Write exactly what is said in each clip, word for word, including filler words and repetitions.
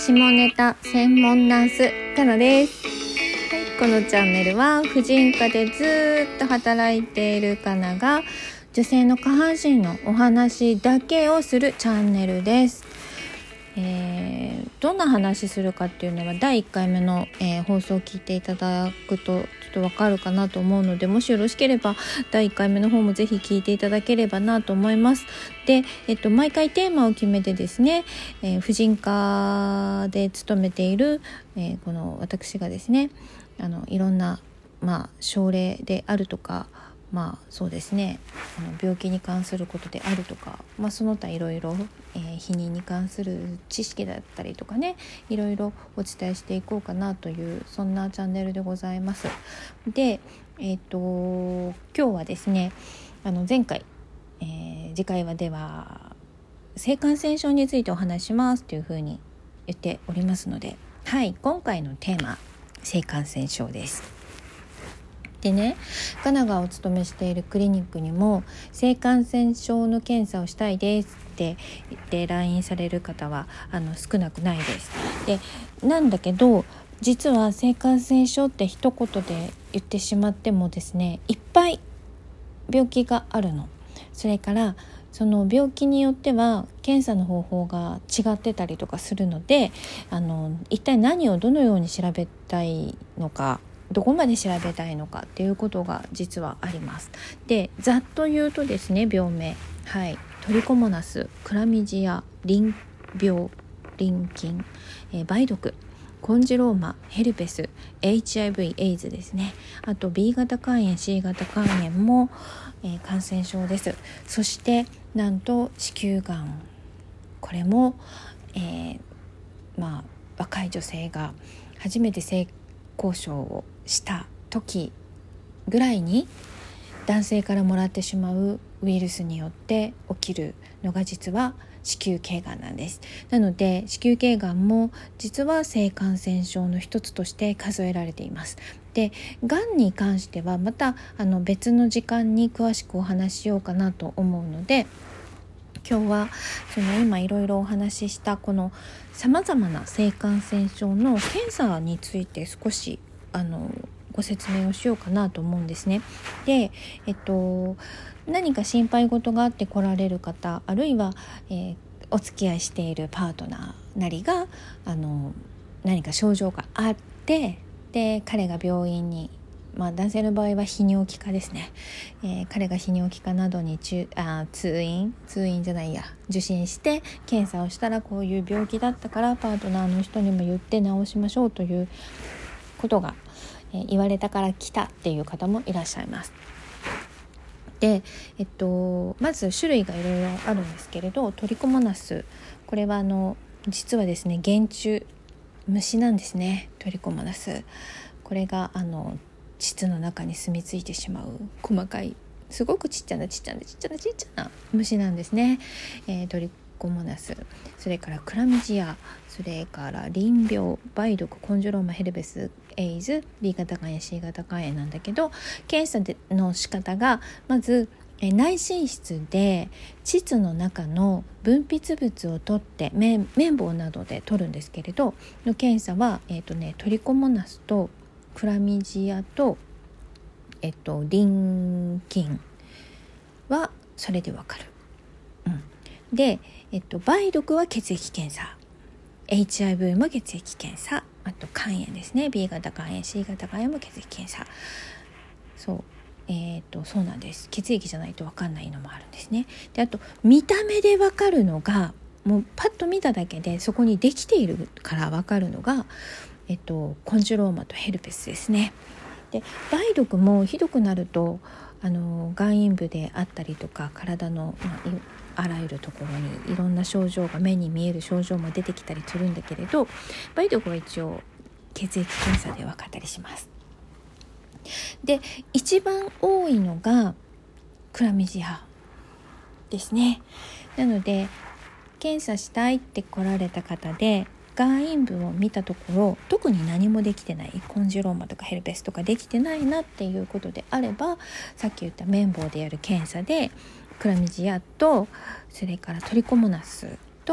下ネタ専門ナースかなです、はい、このチャンネルは婦人科でずっと働いているかなが女性の下半身のお話だけをするチャンネルです。えー、どんな話するかっていうのはだいいっかいめの、えー、放送を聞いていただくとちょっとわかるかなと思うので、もしよろしければだいいっかいめの方もぜひ聞いていただければなと思います。で、えっと、毎回テーマを決めてですね、えー、婦人科で勤めている、えー、この私がですね、あのいろんな、まあ、症例であるとか、まあそうですね、あの病気に関することであるとか、まあ、その他いろいろ、えー、避妊に関する知識だったりとかね、いろいろお伝えしていこうかなというそんなチャンネルでございます。で、えっと今日はですね、あの前回、えー、次回はでは性感染症についてお話しますというふうに言っておりますので、はい、今回のテーマ性感染症です。でね、カナがお勤めしているクリニックにも性感染症の検査をしたいですって言って来院される方はあの少なくないです。で、なんだけど実は性感染症って一言で言ってしまってもですね、いっぱい病気があるの。それからその病気によっては検査の方法が違ってたりとかするので、あの一体何をどのように調べたいのか、どこまで調べたいのかっていうことが実はあります。で、ざっと言うとですね、病名、はい、トリコモナス、クラミジア、淋病、淋菌、えー、梅毒、コンジローマ、ヘルペス、エイチアイブイ、エイズですね。あと ビー 型肝炎、シー 型肝炎も、えー、感染症です。そしてなんと子宮がん、これも、えー、まあ若い女性が初めて性交渉をした時ぐらいに男性からもらってしまうウイルスによって起きるのが実は子宮頸がんなんです。なので子宮頸がんも実は性感染症の一つとして数えられています。で、がんに関してはまたあの別の時間に詳しくお話ししようかなと思うので、今日はその今いろいろお話ししたこのさまざまな性感染症の検査について少しあのご説明をしようかなと思うんですね。で、えっと、何か心配事があって来られる方、あるいは、えー、お付き合いしているパートナーなりがあの何か症状があって、で彼が病院に、まあ、男性の場合は泌尿器科ですね、えー、彼が泌尿器科などに中あ通院通院じゃないや受診して検査をしたら、こういう病気だったからパートナーの人にも言って治しましょうということが、えー、言われたから来たっていう方もいらっしゃいます。で、えっと、まず種類がいろいろあるんですけれど、トリコモナス、これはあの実はですね、原虫、虫なんですね。トリコモナス、これがあの膣の中に住み着いてしまう細かい、すごくちっちゃなちっちゃなちっちゃなちっちゃな虫なんですね、えー、トリコモナス、それからクラミジア、それから淋病、梅毒、コンジュローマ、ヘルペス、エイズ、 ビー 型肝炎、 シー 型肝炎なんだけど、検査での仕方がまずえ内診室で膣の中の分泌物を取って綿棒などで取るんですけれど、の検査は、えーとね、トリコモナスとクラミジアと、えっと、淋菌はそれでわかる、うん、で、えっと、梅毒は血液検査、 エイチアイブイ も血液検査、あと肝炎ですね、 ビー 型肝炎、 シー 型肝炎も血液検査。そうえー、とそうなんです。血液じゃないと分かんないのもあるんですね。で、あと見た目で分かるのが、もうパッと見ただけでそこにできているから分かるのが、えっと、コンジュローマとヘルペスですね。で、梅毒もひどくなるとあの眼陰部であったりとか体の、まあ、あらゆるところにいろんな症状が、目に見える症状も出てきたりするんだけれど、梅毒は一応血液検査で分かったりします。で、一番多いのがクラミジアですね。なので検査したいって来られた方で眼陰部を見たところ特に何もできてない、コンジュローマとかヘルペスとかできてないなっていうことであれば、さっき言った綿棒でやる検査でクラミジアと、それからトリコモナスと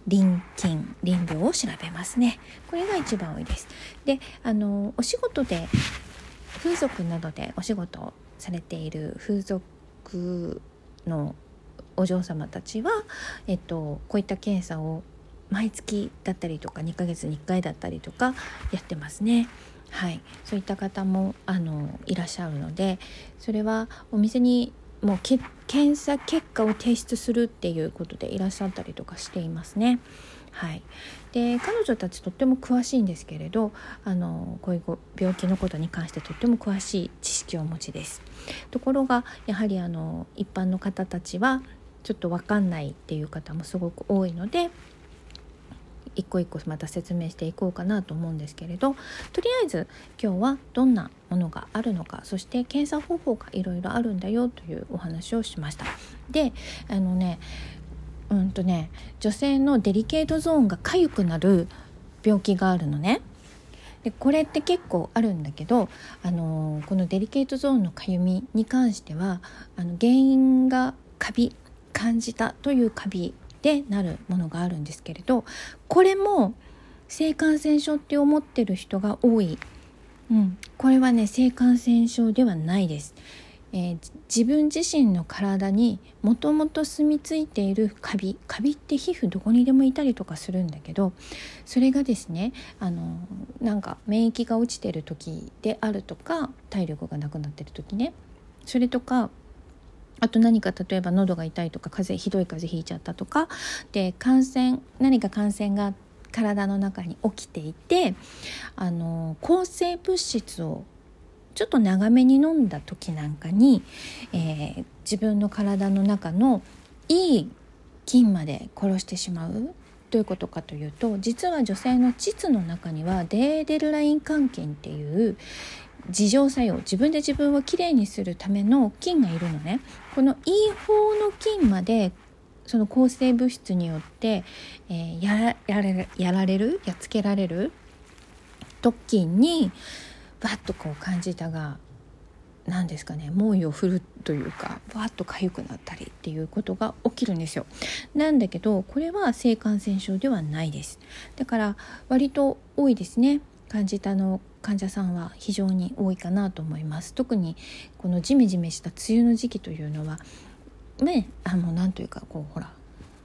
リン菌、リン病を調べますね。これが一番多いです。で、あのお仕事で風俗などでお仕事をされている風俗のお嬢様たちは、えっと、こういった検査を毎月だったりとかにかげつにいっかいだったりとかやってますね。はい、そういった方もあのいらっしゃるので、それはお店にもうけ検査結果を提出するっていうことでいらっしゃったりとかしていますね。はい、で彼女たちとっても詳しいんですけれど、あのこういう病気のことに関してとっても詳しい知識をお持ちです。ところがやはりあの一般の方たちはちょっと分かんないっていう方もすごく多いので、一個一個また説明していこうかなと思うんですけれど、とりあえず今日はどんなものがあるのか、そして検査方法がいろいろあるんだよというお話をしました。で、あのねうんとね女性のデリケートゾーンが痒くなる病気があるのね。でこれって結構あるんだけど、あのこのデリケートゾーンの痒みに関しては、あの原因がカビ、感じたというカビでなるものがあるんですけれど、これも性感染症って思ってる人が多い、うん、これはね性感染症ではないです。えー、自分自身の体にもともと住み着いているカビ、カビって皮膚どこにでもいたりとかするんだけど、それがですね、あのなんか免疫が落ちてる時であるとか、体力がなくなってる時ね、それとかあと何か例えば喉が痛いとか、風邪ひどい風邪ひいちゃったとかで、感染何か感染が体の中に起きていて、あの抗生物質をちょっと長めに飲んだ時なんかに、えー、自分の体の中のいい菌まで殺してしまう。どういうことかというと、実は女性の膣の中にはデーデルライン環菌っていう自浄作用、自分で自分をきれいにするための菌がいるのね。このいい方の菌までその抗生物質によって、えー、やられる、やられる、やっつけられる時にバッとこう感じたが、何ですかね、猛威を振るというか、バッと痒くなったりっていうことが起きるんですよ。なんだけどこれは性感染症ではないです。だから割と多いですね。感じたの患者さんは非常に多いかなと思います。特にこのジメジメした梅雨の時期というのはね、あのなんというかこうほら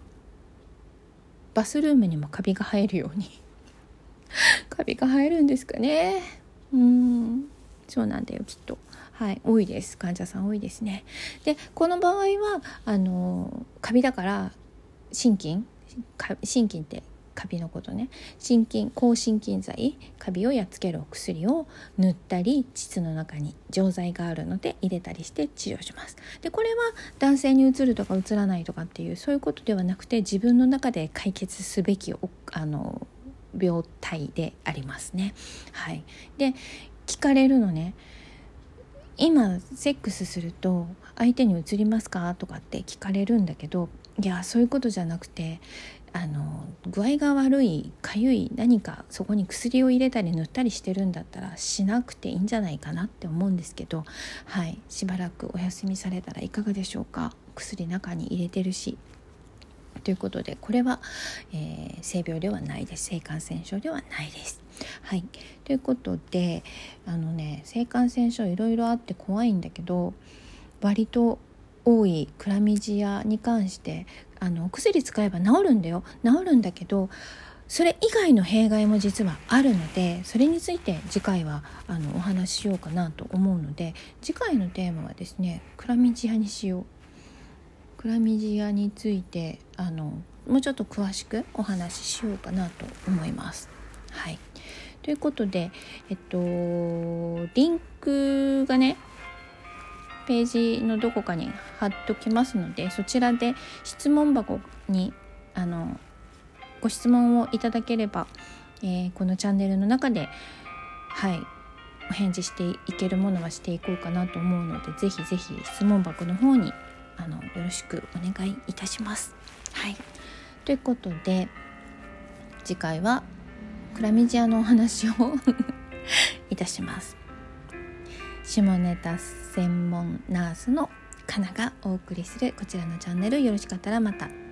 バスルームにもカビが生えるようにカビが生えるんですかね。うーんそうなんだよきっと。はい、多いです。患者さん多いですね。でこの場合はあのカビだから心筋心筋ってカビのことね、心筋抗心筋剤、カビをやっつけるお薬を塗ったり、膣の中に錠剤があるので入れたりして治療します。でこれは男性にうつるとかうつらないとかっていうそういうことではなくて、自分の中で解決すべきあの病態でありますね。はい、で聞かれるのね、今セックスすると相手に移りますかとかって聞かれるんだけど、いやそういうことじゃなくて、あの具合が悪い、かゆい、何かそこに薬を入れたり塗ったりしてるんだったらしなくていいんじゃないかなって思うんですけど、はい、しばらくお休みされたらいかがでしょうか。薬中に入れてるしということで、これは、えー、性病ではないです。性感染症ではないです。はい、ということで、あのね性感染症いろいろあって怖いんだけど、割と多いクラミジアに関してあのお薬使えば治るんだよ、治るんだけど、それ以外の弊害も実はあるので、それについて次回はあのお話ししようかなと思うので、次回のテーマはですねクラミジアにしよう。クラミジアについてあのもうちょっと詳しくお話ししようかなと思います。はい、ということで、えっとリンクがねページのどこかに貼っときますので、そちらで質問箱にあのご質問をいただければ、えー、このチャンネルの中ではいお返事していけるものはしていこうかなと思うので、ぜひぜひ質問箱の方にあのよろしくお願いいたします。はい、ということで次回はクラミジアのお話をいたします。下ネタ専門ナースのかながお送りするこちらのチャンネル、よろしかったらまた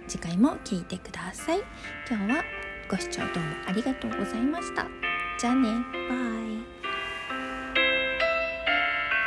次回も聞いてください。今日はご視聴どうもありがとうございました。じゃあね、バイ。